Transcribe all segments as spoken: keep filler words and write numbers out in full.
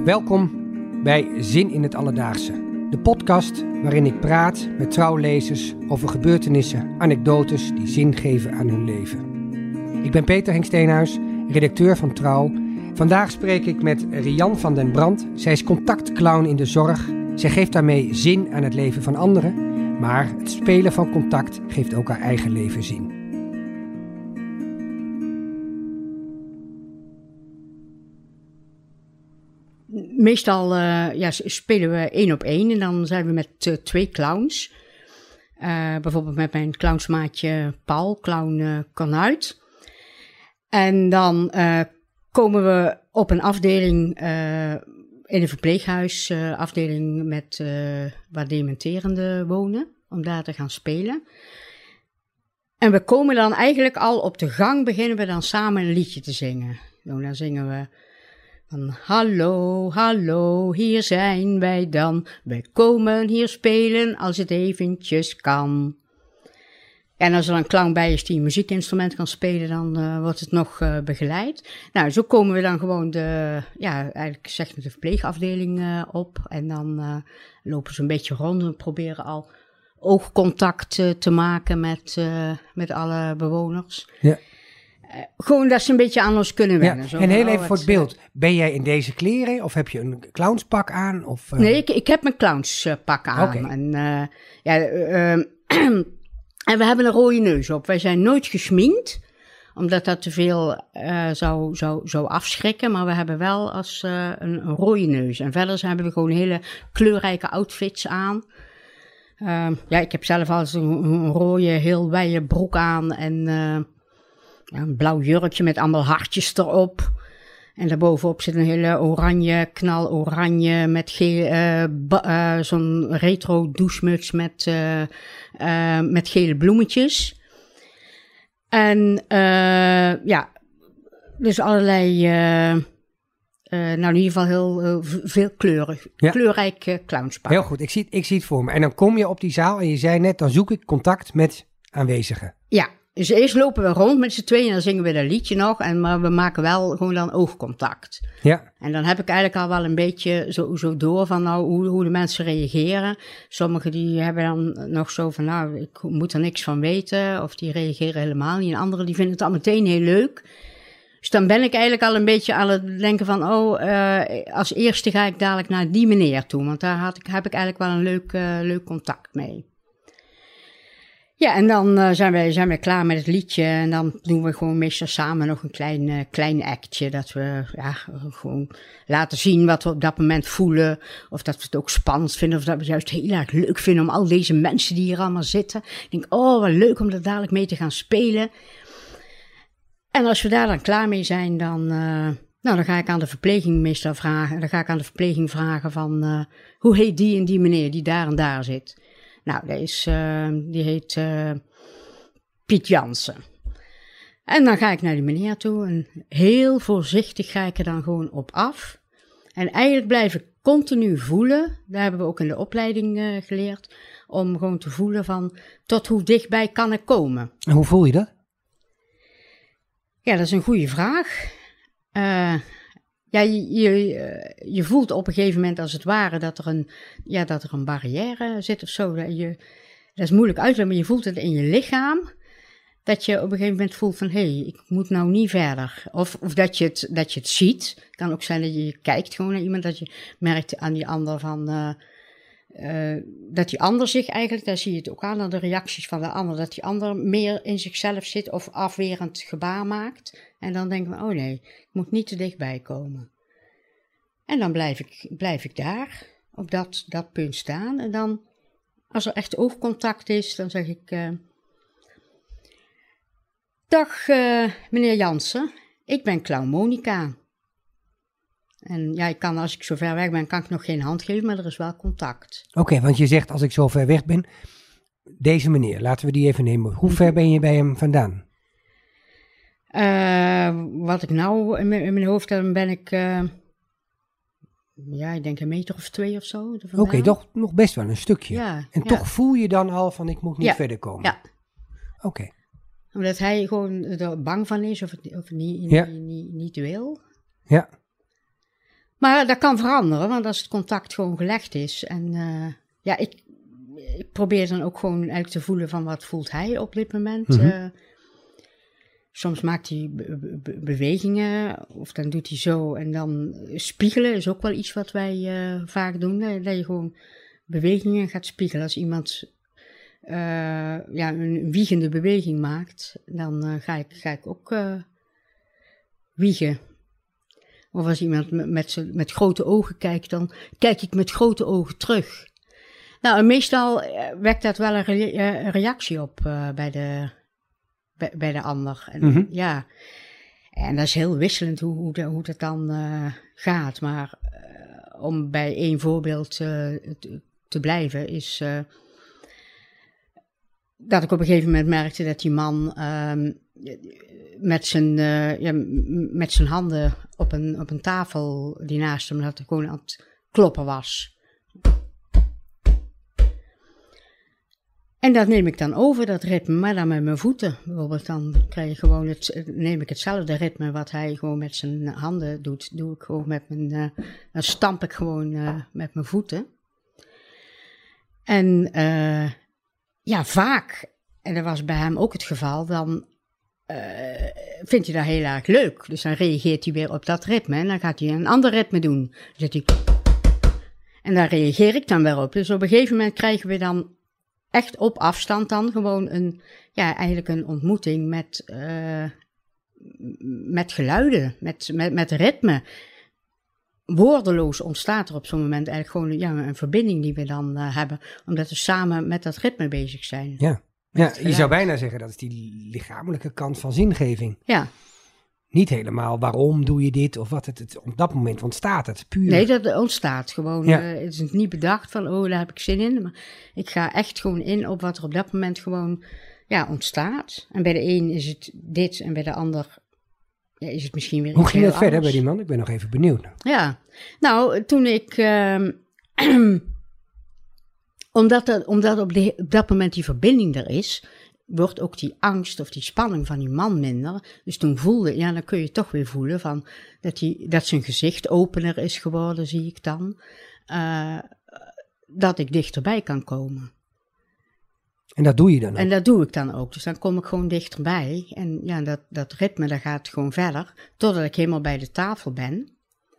Welkom bij Zin in het Alledaagse. De podcast waarin ik praat met trouwlezers over gebeurtenissen, anekdotes die zin geven aan hun leven. Ik ben Peter Henk Steenhuis, redacteur van Trouw. Vandaag spreek ik met Rian van den Brand. Zij is contactclown in de zorg. Zij geeft daarmee zin aan het leven van anderen. Maar het spelen van contact geeft ook haar eigen leven zin. Meestal uh, ja, spelen we één op één en dan zijn we met uh, twee clowns. Uh, bijvoorbeeld met mijn clownsmaatje Paul, clown uh, Kanuit. En dan uh, komen we op een afdeling uh, in een verpleeghuis, uh, afdeling met, uh, waar dementerenden wonen, om daar te gaan spelen. En we komen dan eigenlijk al op de gang, beginnen we dan samen een liedje te zingen. Nou, dan zingen we van hallo, hallo, hier zijn wij dan. Wij komen hier spelen als het eventjes kan. En als er een clown bij is die een muziekinstrument kan spelen, dan uh, wordt het nog uh, begeleid. Nou, zo komen we dan gewoon de, ja, eigenlijk zeg de verpleegafdeling uh, op. En dan uh, lopen ze een beetje rond en proberen al oogcontact uh, te maken met, uh, met alle bewoners. Ja. Uh, gewoon dat ze een beetje aan ons kunnen wennen. Ja, zo en heel van, even oh, voor het beeld. Ben jij in deze kleren of heb je een clownspak aan? Of, uh... Nee, ik, ik heb mijn clownspak aan. Okay. En, uh, ja, uh, en we hebben een rode neus op. Wij zijn nooit geschminkt, omdat dat te veel uh, zou, zou, zou afschrikken. Maar we hebben wel als uh, een, een rode neus. En verder hebben we gewoon hele kleurrijke outfits aan. Uh, ja, ik heb zelf al een, een rode, heel wijde broek aan en uh, ja, een blauw jurkje met allemaal hartjes erop. En daarbovenop zit een hele oranje, knaloranje met geel, uh, ba- uh, zo'n retro douchemuts met, uh, uh, met gele bloemetjes. En uh, ja, dus allerlei, uh, uh, nou in ieder geval heel uh, veel kleuren, ja. Kleurrijk uh, clownspak. Heel goed, ik zie, ik zie het voor me. En dan kom je op die zaal en je zei net, dan zoek ik contact met aanwezigen. Ja. Dus eerst lopen we rond met z'n tweeën en dan zingen we dat liedje nog. En, maar we maken wel gewoon dan oogcontact. Ja. En dan heb ik eigenlijk al wel een beetje zo, zo door van nou, hoe, hoe de mensen reageren. Sommigen die hebben dan nog zo van nou, ik moet er niks van weten. Of die reageren helemaal niet. En anderen die vinden het al meteen heel leuk. Dus dan ben ik eigenlijk al een beetje aan het denken van oh, uh, als eerste ga ik dadelijk naar die meneer toe. Want daar had ik, heb ik eigenlijk wel een leuk, uh, leuk contact mee. Ja, en dan uh, zijn, wij, zijn wij klaar met het liedje en dan doen we gewoon meestal samen nog een klein, uh, klein actje. Dat we ja, gewoon laten zien wat we op dat moment voelen. Of dat we het ook spannend vinden of dat we het juist heel erg leuk vinden om al deze mensen die hier allemaal zitten. Ik denk, oh wat leuk om er dadelijk mee te gaan spelen. En als we daar dan klaar mee zijn, dan, uh, nou, dan ga ik aan de verpleging meestal vragen. Dan ga ik aan de verpleging vragen van, uh, hoe heet die en die meneer die daar en daar zit? Nou, dat is, uh, die heet uh, Piet Jansen. En dan ga ik naar die meneer toe en heel voorzichtig ga ik er dan gewoon op af. En eigenlijk blijf ik continu voelen, daar hebben we ook in de opleiding uh, geleerd, om gewoon te voelen van tot hoe dichtbij kan ik komen. En hoe voel je dat? Ja, dat is een goede vraag. Uh, Ja, je, je, je voelt op een gegeven moment als het ware dat er een, ja, dat er een barrière zit of zo. Je, dat is moeilijk uit te leggen, maar je voelt het in je lichaam. Dat je op een gegeven moment voelt van, hé, hey, ik moet nou niet verder. Of, of dat, je het, dat je het ziet. Het kan ook zijn dat je kijkt gewoon naar iemand, dat je merkt aan die ander van, uh, uh, dat die ander zich eigenlijk, daar zie je het ook aan, aan de reacties van de ander, dat die ander meer in zichzelf zit of afwerend gebaar maakt. En dan denken we, oh nee, ik moet niet te dichtbij komen. En dan blijf ik, blijf ik daar, op dat, dat punt staan. En dan, als er echt oogcontact is, dan zeg ik, uh, dag uh, meneer Jansen, ik ben clown Monica. En ja, ik kan, als ik zo ver weg ben, kan ik nog geen hand geven, maar er is wel contact. Oké, okay, want je zegt als ik zo ver weg ben, deze meneer, laten we die even nemen. Hoe ver ben je bij hem vandaan? Uh, wat ik nou in mijn, in mijn hoofd heb, ben ik, uh, ja, ik denk een meter of twee of zo. Oké, okay, toch nog best wel een stukje. Ja, en ja. toch voel je dan al van ik moet niet ja, verder komen. Ja. Oké. Okay. Omdat hij gewoon er bang van is of het, of het niet, ja. niet, niet, niet wil. Ja. Maar dat kan veranderen, want als het contact gewoon gelegd is. En uh, ja, ik, ik probeer dan ook gewoon eigenlijk te voelen van wat voelt hij op dit moment. Mm-hmm. Uh, soms maakt hij be- be- bewegingen of dan doet hij zo. En dan spiegelen is ook wel iets wat wij uh, vaak doen. Hè? Dat je gewoon bewegingen gaat spiegelen. Als iemand uh, ja, een wiegende beweging maakt, dan uh, ga, ik, ga ik ook uh, wiegen. Of als iemand met, met grote ogen kijkt, dan kijk ik met grote ogen terug. Nou, en meestal wekt dat wel een, re- een reactie op uh, bij, de, bij, bij de ander. En, mm-hmm. Ja, en dat is heel wisselend hoe, hoe, de, hoe dat dan uh, gaat. Maar uh, om bij één voorbeeld uh, te, te blijven, is uh, dat ik op een gegeven moment merkte dat die man Um, met zijn, uh, ja, met zijn handen op een, op een tafel die naast hem dat gewoon aan het kloppen was. En dat neem ik dan over, dat ritme, maar dan met mijn voeten. Bijvoorbeeld dan krijg je gewoon het, neem ik hetzelfde ritme wat hij gewoon met zijn handen doet, doe ik gewoon met mijn, uh, dan stamp ik gewoon uh, met mijn voeten. En uh, ja, vaak, en dat was bij hem ook het geval, dan Uh, vindt hij dat heel erg leuk. Dus dan reageert hij weer op dat ritme. En dan gaat hij een ander ritme doen. Dan zegt hij en daar reageer ik dan weer op. Dus op een gegeven moment krijgen we dan echt op afstand dan gewoon een, ja, eigenlijk een ontmoeting met, uh, met geluiden, met, met, met ritme. Woordeloos ontstaat er op zo'n moment eigenlijk gewoon ja, een verbinding die we dan uh, hebben. Omdat we samen met dat ritme bezig zijn. Ja. Ja, je zou bijna zeggen dat is die lichamelijke kant van zingeving. Ja. Niet helemaal waarom doe je dit of wat. Het, het, op dat moment ontstaat het puur. Nee, dat ontstaat gewoon. Ja. Uh, het is niet bedacht van oh, daar heb ik zin in. Maar ik ga echt gewoon in op wat er op dat moment gewoon ja, ontstaat. En bij de een is het dit en bij de ander ja, is het misschien weer iets Hoe ging het verder anders. bij die man? Ik ben nog even benieuwd. Ja, nou toen ik Uh, Omdat, er, omdat op, de, op dat moment die verbinding er is, wordt ook die angst of die spanning van die man minder. Dus toen voelde, ja, dan kun je toch weer voelen van dat, die, dat zijn gezicht opener is geworden, zie ik dan. Uh, dat ik dichterbij kan komen. En dat doe je dan ook? En dat doe ik dan ook. Dus dan kom ik gewoon dichterbij. En ja, dat, dat ritme, dat gaat gewoon verder, totdat ik helemaal bij de tafel ben.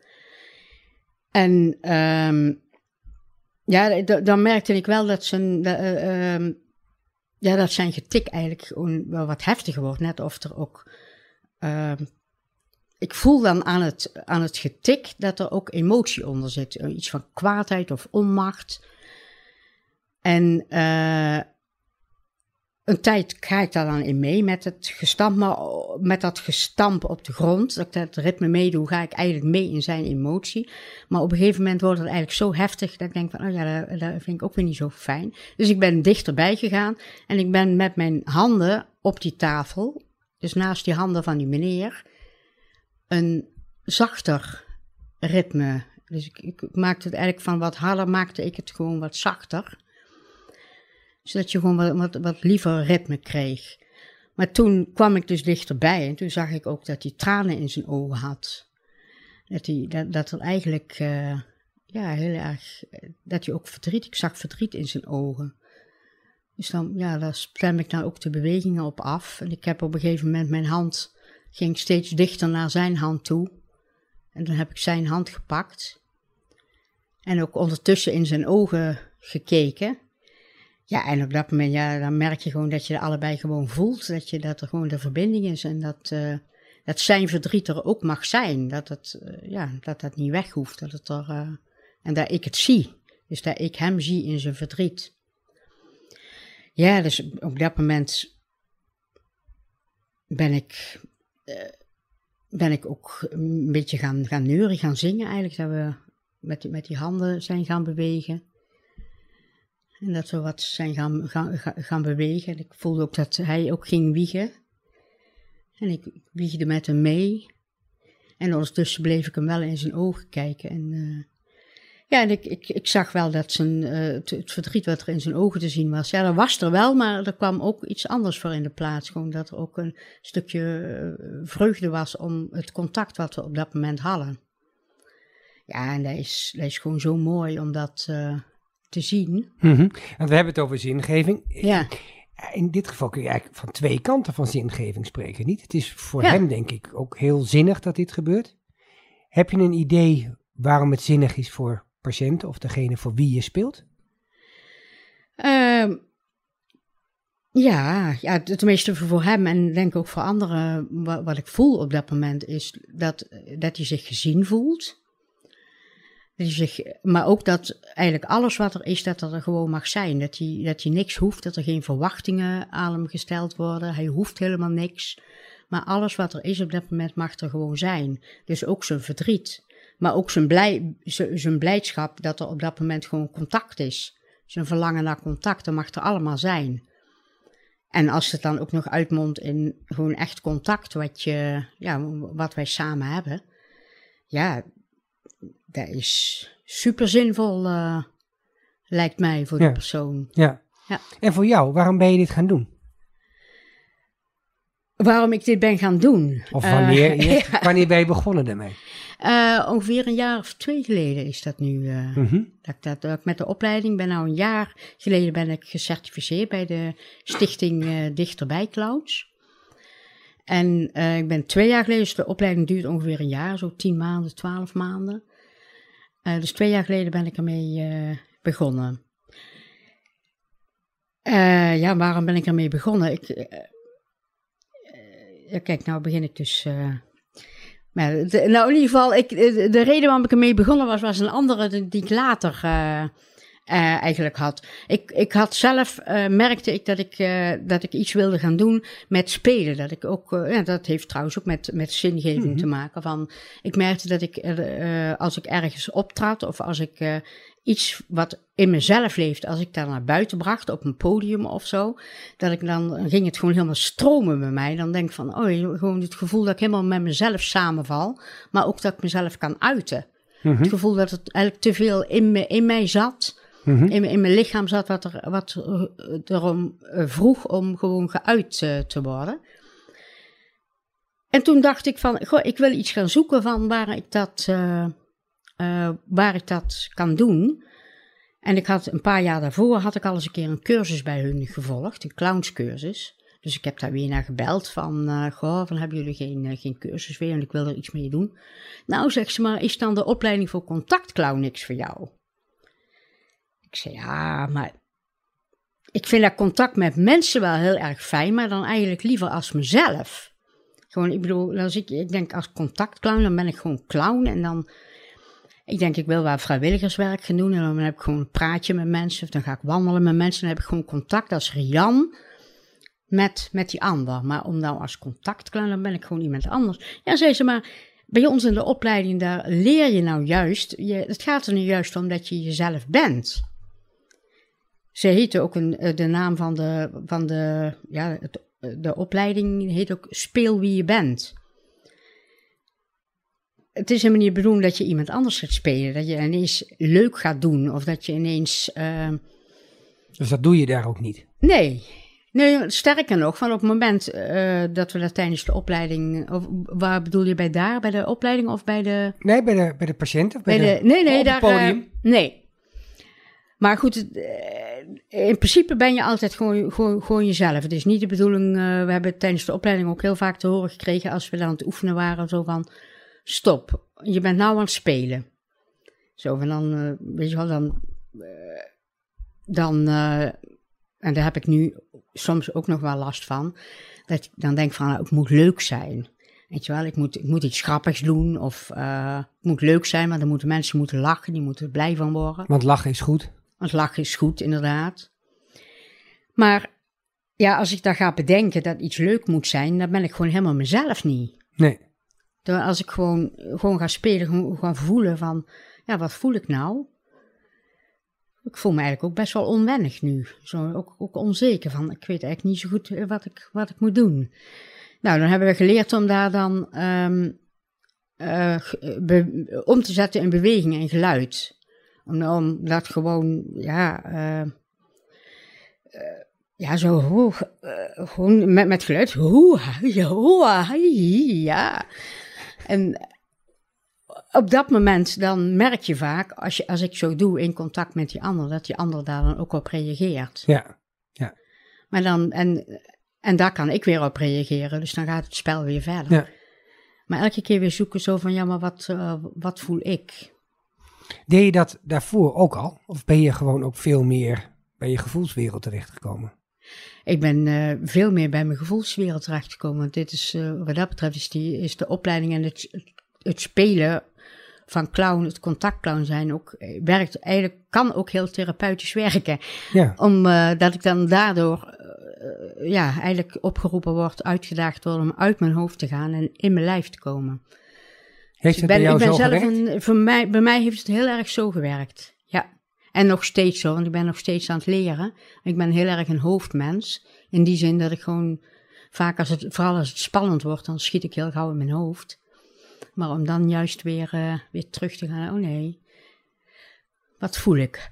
En Um, Ja, d- dan merkte ik wel dat zijn, uh, uh, ja, dat zijn getik eigenlijk gewoon wel wat heftiger wordt. Net of er ook, uh, ik voel dan aan het, aan het getik dat er ook emotie onder zit. Iets van kwaadheid of onmacht. En uh, een tijd ga ik daar dan in mee met het gestamp, maar met dat gestamp op de grond, dat ik dat ritme meedoe, ga ik eigenlijk mee in zijn emotie. Maar op een gegeven moment wordt het eigenlijk zo heftig dat ik denk van, oh ja, dat, dat vind ik ook weer niet zo fijn. Dus ik ben dichterbij gegaan en ik ben met mijn handen op die tafel, dus naast die handen van die meneer, een zachter ritme. Dus ik, ik maakte het eigenlijk van wat harder, maakte ik het gewoon wat zachter. Zodat je gewoon wat, wat, wat liever ritme kreeg. Maar toen kwam ik dus dichterbij en toen zag ik ook dat hij tranen in zijn ogen had. Dat, hij, dat, dat er eigenlijk, uh, ja, heel erg, dat hij ook verdriet, ik zag verdriet in zijn ogen. Dus dan, ja, daar stem ik dan ook de bewegingen op af. En ik heb op een gegeven moment mijn hand, ging steeds dichter naar zijn hand toe. En dan heb ik zijn hand gepakt. En ook ondertussen in zijn ogen gekeken. Ja, en op dat moment, ja, dan merk je gewoon dat je er allebei gewoon voelt. Dat, je, dat er gewoon de verbinding is en dat, uh, dat zijn verdriet er ook mag zijn. Dat het, uh, ja, dat dat niet weg hoeft. Dat het er, uh, en dat ik het zie. Dus dat ik hem zie in zijn verdriet. Ja, dus op dat moment ben ik, uh, ben ik ook een beetje gaan, gaan neuren, gaan zingen eigenlijk. Dat we met die, met die handen zijn gaan bewegen. En dat we wat zijn gaan, gaan, gaan bewegen. En ik voelde ook dat hij ook ging wiegen. En ik wiegde met hem mee. En ondertussen bleef ik hem wel in zijn ogen kijken. En uh, ja, en ik, ik, ik zag wel dat zijn, uh, het, het verdriet wat er in zijn ogen te zien was. Ja, dat was er wel, maar er kwam ook iets anders voor in de plaats. Gewoon dat er ook een stukje uh, vreugde was om het contact wat we op dat moment hadden. Ja, en dat is, dat is gewoon zo mooi om dat uh, te zien. Mm-hmm. Want we hebben het over zingeving. Ja. In dit geval kun je eigenlijk van twee kanten van zingeving spreken, niet? Het is voor ja. hem, denk ik, ook heel zinnig dat dit gebeurt. Heb je een idee waarom het zinnig is voor patiënten of degene voor wie je speelt? Uh, ja, ja, tenminste voor hem en denk ook voor anderen. Wat, wat ik voel op dat moment is dat, dat hij zich gezien voelt. Dat hij zich, maar ook dat eigenlijk alles wat er is, dat er gewoon mag zijn. Dat hij, dat hij niks hoeft, dat er geen verwachtingen aan hem gesteld worden. Hij hoeft helemaal niks. Maar alles wat er is op dat moment mag er gewoon zijn. Dus ook zijn verdriet. Maar ook zijn, blij, zijn blijdschap dat er op dat moment gewoon contact is. Zijn verlangen naar contact, dat mag er allemaal zijn. En als het dan ook nog uitmondt in gewoon echt contact, wat, je, ja, wat wij samen hebben. Ja, dat is super zinvol, uh, lijkt mij, voor ja. de persoon. Ja. ja. En voor jou, waarom ben je dit gaan doen? Waarom ik dit ben gaan doen? Of wanneer, uh, je, ja. wanneer ben je begonnen daarmee? Uh, ongeveer een jaar of twee geleden is dat nu. Uh, mm-hmm. dat, dat, dat ik met de opleiding ben nou een jaar geleden ben ik gecertificeerd bij de stichting uh, Dichterbij Clowns. En uh, ik ben twee jaar geleden, dus de opleiding duurt ongeveer een jaar, zo tien maanden, twaalf maanden. Uh, dus twee jaar geleden ben ik ermee uh, begonnen. Uh, ja, waarom ben ik ermee begonnen? Ik, uh, uh, kijk, nou begin ik dus... Uh, maar de, nou, in ieder geval, ik, de, de reden waarom ik ermee begonnen was, was een andere die ik later uh, uh, eigenlijk had. Ik, ik had zelf, uh, merkte ik dat ik, uh, dat ik iets wilde gaan doen met spelen. Dat ik ook, uh, ja, dat heeft trouwens ook met, met zingeving mm-hmm. te maken. Van, ik merkte dat ik, uh, als ik ergens optrad of als ik uh, iets wat in mezelf leeft, als ik daar naar buiten bracht, op een podium of zo, dat ik dan, dan ging het gewoon helemaal stromen bij mij. Dan denk ik van, oh, gewoon het gevoel dat ik helemaal met mezelf samenval, maar ook dat ik mezelf kan uiten. Mm-hmm. Het gevoel dat het eigenlijk te veel in, me, in mij zat, mm-hmm. in, in mijn lichaam zat, wat, er, wat erom vroeg om gewoon geuit uh, te worden. En toen dacht ik van, goh, ik wil iets gaan zoeken van waar ik dat... Uh, Uh, waar ik dat kan doen. En ik had een paar jaar daarvoor had ik al eens een keer een cursus bij hun gevolgd, een clownscursus. Dus ik heb daar weer naar gebeld van, uh, goh, van hebben jullie geen, uh, geen cursus weer en ik wil er iets mee doen. Nou, zegt ze, maar is dan de opleiding voor contactclown niks voor jou? Ik zei, ja, maar ik vind dat contact met mensen wel heel erg fijn, maar dan eigenlijk liever als mezelf. Gewoon, ik bedoel, als ik, ik denk als contactclown, dan ben ik gewoon clown en dan... Ik denk, ik wil wel vrijwilligerswerk gaan doen en dan heb ik gewoon een praatje met mensen. Of dan ga ik wandelen met mensen en dan heb ik gewoon contact als Rian met, met die ander. Maar om nou als contactclown, dan ben ik gewoon iemand anders. Ja, zei ze, maar bij ons in de opleiding, daar leer je nou juist. Je, het gaat er nu juist om dat je jezelf bent. Ze heette ook een, de naam van de, van de, ja, het, de opleiding heet ook Speel wie je bent. Het is helemaal niet de bedoeling dat je iemand anders gaat spelen. Dat je ineens leuk gaat doen. Of dat je ineens... Uh... Dus dat doe je daar ook niet? Nee. Nee, sterker nog, van op het moment uh, dat we dat tijdens de opleiding... Of, waar bedoel je bij daar? Bij de opleiding of bij de... Nee, bij de, bij de patiënt of bij, bij de, de... Nee, nee, op daar... het podium? Uh, nee. Maar goed, uh, in principe ben je altijd gewoon, gewoon, gewoon jezelf. Het is niet de bedoeling... Uh, we hebben tijdens de opleiding ook heel vaak te horen gekregen... als we dan aan het oefenen waren, zo van... Stop, je bent nou aan het spelen. Zo, en dan, uh, weet je wel, dan, uh, dan uh, en daar heb ik nu soms ook nog wel last van, dat ik dan denk van, nou, het moet leuk zijn. Weet je wel, ik moet, ik moet iets grappigs doen, of uh, het moet leuk zijn, maar dan moeten mensen moeten lachen, die moeten er blij van worden. Want lachen is goed. Want lachen is goed, inderdaad. Maar ja, als ik dan ga bedenken dat iets leuk moet zijn, dan ben ik gewoon helemaal mezelf niet. Nee. Als ik gewoon, gewoon ga spelen, gewoon gaan voelen van, ja, wat voel ik nou? Ik voel me eigenlijk ook best wel onwennig nu. Zo, ook, ook onzeker van, ik weet eigenlijk niet zo goed wat ik, wat ik moet doen. Nou, dan hebben we geleerd om daar dan um, uh, be, om te zetten in beweging en geluid. Om, om dat gewoon, ja... Uh, uh, Ja, zo, ho, uh, gewoon met, met geluid. Ho, ja, ho, ja. En op dat moment dan merk je vaak, als, je, als ik zo doe in contact met die ander, dat die ander daar dan ook op reageert. Ja, ja. Maar dan, en, en daar kan ik weer op reageren, dus dan gaat het spel weer verder. Ja. Maar elke keer weer zoeken zo van, ja, maar wat, uh, wat voel ik? Deed je dat daarvoor ook al? Of ben je gewoon ook veel meer bij je gevoelswereld terechtgekomen? Ik ben uh, veel meer bij mijn gevoelswereld terechtgekomen. Want dit is, uh, wat dat betreft, is, die, is de opleiding en het, het, het spelen van clown, het contactclown zijn ook, werkt eigenlijk, kan ook heel therapeutisch werken. Ja. Omdat uh, ik dan daardoor, uh, ja, eigenlijk opgeroepen word, uitgedaagd word om uit mijn hoofd te gaan en in mijn lijf te komen. Heeft het dus bij jou ik ben zo zelf gewerkt? Een, voor mij, bij mij heeft het heel erg zo gewerkt, ja. En nog steeds zo, want ik ben nog steeds aan het leren. Ik ben heel erg een hoofdmens. In die zin dat ik gewoon vaak, als het, vooral als het spannend wordt, dan schiet ik heel gauw in mijn hoofd. Maar om dan juist weer, uh, weer terug te gaan, oh nee, wat voel ik?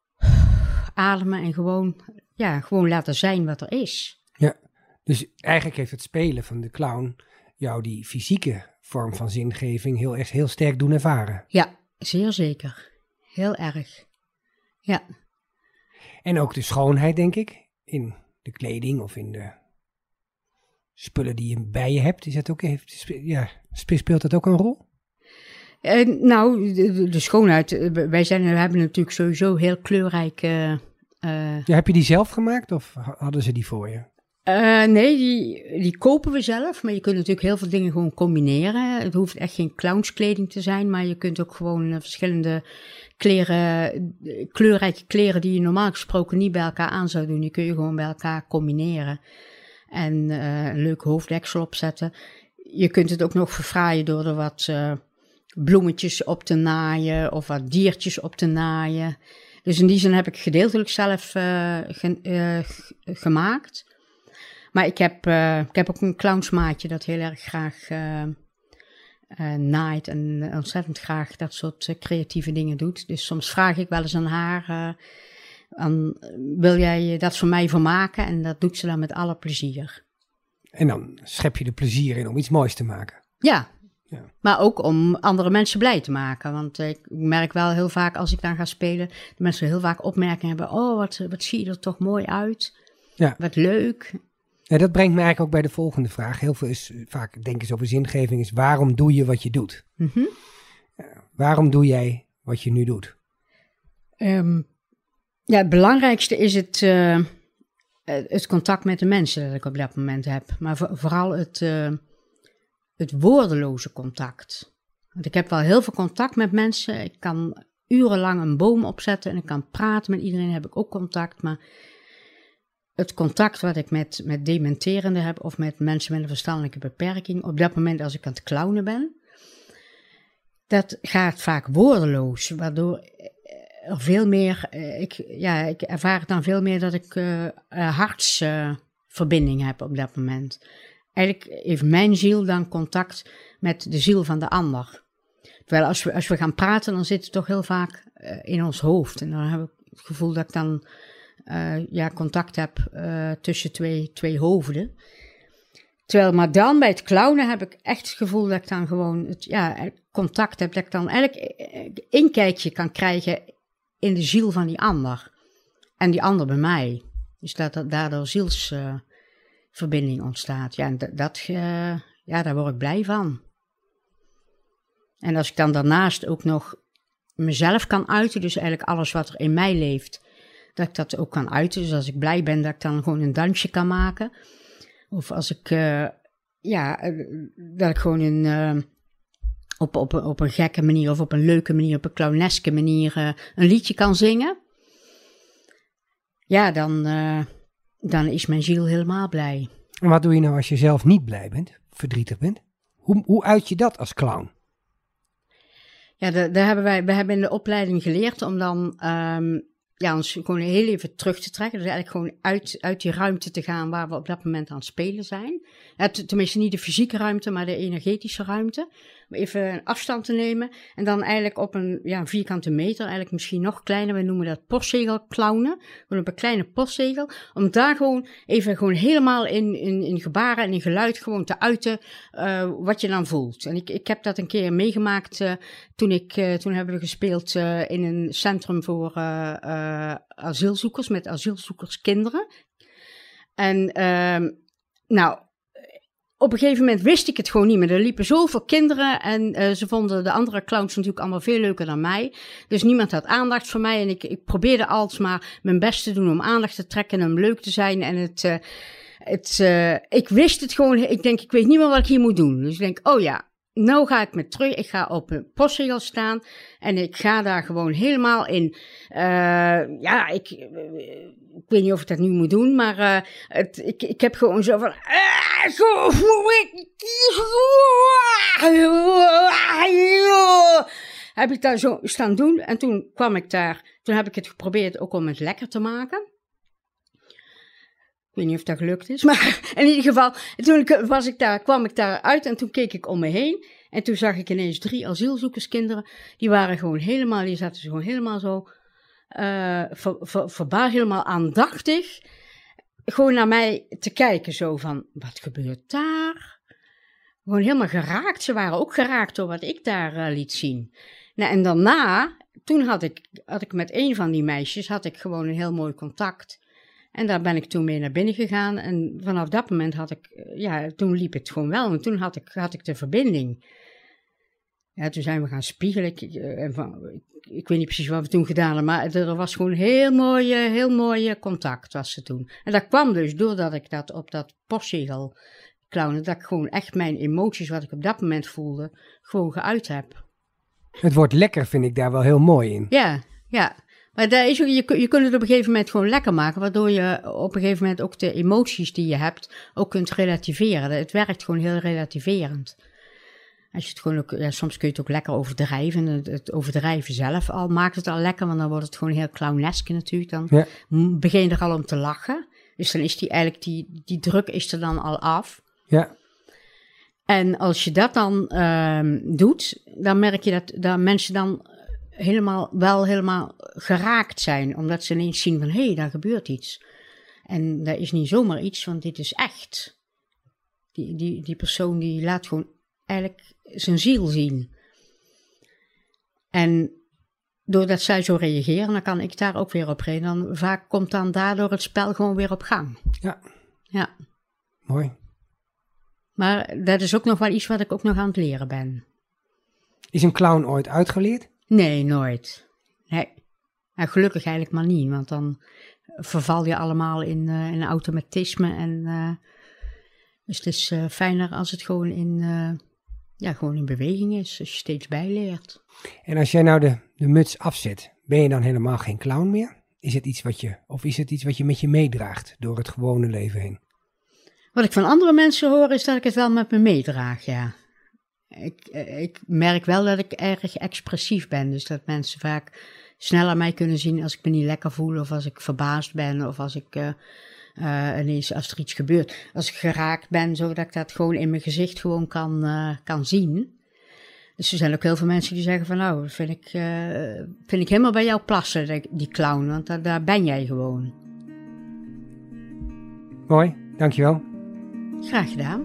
Ademen en gewoon, ja, gewoon laten zijn wat er is. Ja, dus eigenlijk heeft het spelen van de clown jou die fysieke vorm van zingeving heel, echt heel sterk doen ervaren. Ja, zeer zeker. Heel erg. Ja. En ook de schoonheid, denk ik, in de kleding of in de spullen die je bij je hebt. Is dat ook, heeft, ja, speelt dat ook een rol? Uh, nou, de, de schoonheid. Wij, zijn, we hebben natuurlijk sowieso heel kleurrijk. Uh, uh, ja, heb je die zelf gemaakt of hadden ze die voor je? Uh, nee, die, die kopen we zelf. Maar je kunt natuurlijk heel veel dingen gewoon combineren. Het hoeft echt geen clownskleding te zijn. Maar je kunt ook gewoon uh, verschillende kleren, kleurrijke kleren die je normaal gesproken niet bij elkaar aan zou doen. Die kun je gewoon bij elkaar combineren. En uh, een leuk hoofddeksel opzetten. Je kunt het ook nog verfraaien door er wat uh, bloemetjes op te naaien. Of wat diertjes op te naaien. Dus in die zin heb ik gedeeltelijk zelf uh, ge, uh, g- gemaakt. Maar ik heb, uh, ik heb ook een clownsmaatje dat heel erg graag uh, uh, naait en ontzettend graag dat soort uh, creatieve dingen doet. Dus soms vraag ik wel eens aan haar, uh, aan, wil jij dat voor mij vermaken? En dat doet ze dan met alle plezier. En dan schep je er plezier in om iets moois te maken. Ja, ja. Maar ook om andere mensen blij te maken. Want ik merk wel heel vaak als ik dan ga spelen, de mensen heel vaak opmerkingen hebben. Oh, wat, wat zie je er toch mooi uit. Ja. Wat leuk. Ja, dat brengt me eigenlijk ook bij de volgende vraag. Heel veel is vaak, denken ze over zingeving, is waarom doe je wat je doet? Mm-hmm. Ja, waarom doe jij wat je nu doet? Um, ja, het belangrijkste is het, uh, het contact met de mensen dat ik op dat moment heb. Maar voor, vooral het, uh, het woordeloze contact. Want ik heb wel heel veel contact met mensen. Ik kan urenlang een boom opzetten en ik kan praten met iedereen. Heb ik ook contact, maar het contact wat ik met, met dementerenden heb of met mensen met een verstandelijke beperking, op dat moment als ik aan het clownen ben, dat gaat vaak woordeloos, waardoor er veel meer, ik, ja, ik ervaar dan veel meer dat ik uh, hartsverbinding uh, heb op dat moment. Eigenlijk heeft mijn ziel dan contact met de ziel van de ander. Terwijl als we, als we gaan praten, dan zit het toch heel vaak uh, in ons hoofd. En dan heb ik het gevoel dat ik dan Uh, ja, contact heb uh, tussen twee, twee hoofden. Terwijl, maar dan bij het clownen heb ik echt het gevoel dat ik dan gewoon het, ja, contact heb. Dat ik dan eigenlijk een inkijkje kan krijgen in de ziel van die ander. En die ander bij mij. Dus dat er daardoor zielsverbinding uh, ontstaat. Ja, en dat, dat uh, ja, daar word ik blij van. En als ik dan daarnaast ook nog mezelf kan uiten, dus eigenlijk alles wat er in mij leeft, dat ik dat ook kan uiten. Dus als ik blij ben, dat ik dan gewoon een dansje kan maken. Of als ik, uh, ja, uh, dat ik gewoon een, uh, op, op, op een gekke manier of op een leuke manier, op een clowneske manier uh, een liedje kan zingen. Ja, dan, uh, dan is mijn ziel helemaal blij. En wat doe je nou als je zelf niet blij bent, verdrietig bent? Hoe, hoe uit je dat als clown? Ja, daar hebben wij, we hebben in de opleiding geleerd om dan Um, ja, ons gewoon heel even terug te trekken. Dus eigenlijk gewoon uit, uit die ruimte te gaan waar we op dat moment aan het spelen zijn. Ja, tenminste niet de fysieke ruimte, maar de energetische ruimte. Om even een afstand te nemen. En dan eigenlijk op een ja, vierkante meter, eigenlijk misschien nog kleiner. We noemen dat postzegel clownen. Gewoon op een kleine postzegel. Om daar gewoon even gewoon helemaal in, in, in gebaren en in geluid gewoon te uiten uh, wat je dan voelt. En ik, ik heb dat een keer meegemaakt uh, toen ik, uh, toen hebben we gespeeld uh, in een centrum voor uh, uh, asielzoekers, met asielzoekerskinderen. En uh, nou, op een gegeven moment wist ik het gewoon niet meer. Er liepen zoveel kinderen en uh, ze vonden de andere clowns natuurlijk allemaal veel leuker dan mij. Dus niemand had aandacht voor mij en ik, ik probeerde alsmaar mijn best te doen om aandacht te trekken en om leuk te zijn. En het, uh, het, uh, ik wist het gewoon, ik denk, ik weet niet meer wat ik hier moet doen. Dus ik denk, oh ja, nou ga ik me terug, ik ga op een postzegel staan en ik ga daar gewoon helemaal in, uh, ja, ik, ik weet niet of ik dat nu moet doen, maar uh, het, ik, ik heb gewoon zo van, uh, zo, heb ik daar zo staan doen en toen kwam ik daar, toen heb ik het geprobeerd ook om het lekker te maken. Ik weet niet of dat gelukt is, maar in ieder geval, toen was ik daar, kwam ik daar uit en toen keek ik om me heen. En toen zag ik ineens drie asielzoekerskinderen, die waren gewoon helemaal, die zaten gewoon helemaal zo, uh, ver, ver, verbaasd, helemaal aandachtig, gewoon naar mij te kijken, zo van, wat gebeurt daar? Gewoon helemaal geraakt, ze waren ook geraakt door wat ik daar uh, liet zien. Nou, en daarna, toen had ik, had ik met een van die meisjes, had ik gewoon een heel mooi contact. En daar ben ik toen mee naar binnen gegaan. En vanaf dat moment had ik, ja, toen liep het gewoon wel. En toen had ik, had ik de verbinding. Ja, toen zijn we gaan spiegelen. Ik, ik, ik weet niet precies wat we toen gedaan hebben, maar er was gewoon heel mooi, heel mooi contact was er toen. En dat kwam dus doordat ik dat op dat postzegel clownen, dat ik gewoon echt mijn emoties, wat ik op dat moment voelde, gewoon geuit heb. Het woord lekker vind ik daar wel heel mooi in. Ja, ja. Maar daar is ook, je, je kunt het op een gegeven moment gewoon lekker maken, waardoor je op een gegeven moment ook de emoties die je hebt ook kunt relativeren. Het werkt gewoon heel relativerend. Als je het gewoon ook, ja, soms kun je het ook lekker overdrijven. Het, het overdrijven zelf al maakt het al lekker, want dan wordt het gewoon heel clownesk natuurlijk. Dan ja. begin je er al om te lachen. Dus dan is die eigenlijk, die, die druk is er dan al af. Ja. En als je dat dan um, doet, dan merk je dat, dat mensen dan helemaal, wel helemaal geraakt zijn. Omdat ze ineens zien van, hé, hey, daar gebeurt iets. En dat is niet zomaar iets, want dit is echt. Die, die, die persoon die laat gewoon eigenlijk zijn ziel zien. En doordat zij zo reageren, dan kan ik daar ook weer op reageren. Dan vaak komt dan daardoor het spel gewoon weer op gang. Ja. Ja. Mooi. Maar dat is ook nog wel iets wat ik ook nog aan het leren ben. Is een clown ooit uitgeleerd? Nee, nooit. Nee. Nou, gelukkig eigenlijk maar niet, want dan verval je allemaal in, uh, in automatisme. En uh, dus het is uh, fijner als het gewoon in, uh, ja, gewoon in beweging is, als je steeds bijleert. En als jij nou de, de muts afzet, ben je dan helemaal geen clown meer? Is het iets wat je, of is het iets wat je met je meedraagt door het gewone leven heen? Wat ik van andere mensen hoor, is dat ik het wel met me meedraag, ja. Ik, ik merk wel dat ik erg expressief ben, dus dat mensen vaak snel aan mij kunnen zien als ik me niet lekker voel, of als ik verbaasd ben, of als ik uh, uh, ineens, als er iets gebeurt, als ik geraakt ben, zodat ik dat gewoon in mijn gezicht gewoon kan, uh, kan zien. Dus er zijn ook heel veel mensen die zeggen van, nou, dat vind ik, uh, vind ik helemaal bij jou passen, die clown, want daar, daar ben jij gewoon. Mooi, dankjewel. Graag gedaan.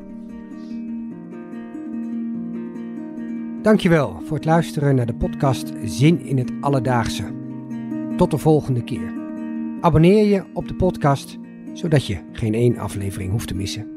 Dankjewel voor het luisteren naar de podcast Zin in het Alledaagse. Tot de volgende keer. Abonneer je op de podcast, zodat je geen één aflevering hoeft te missen.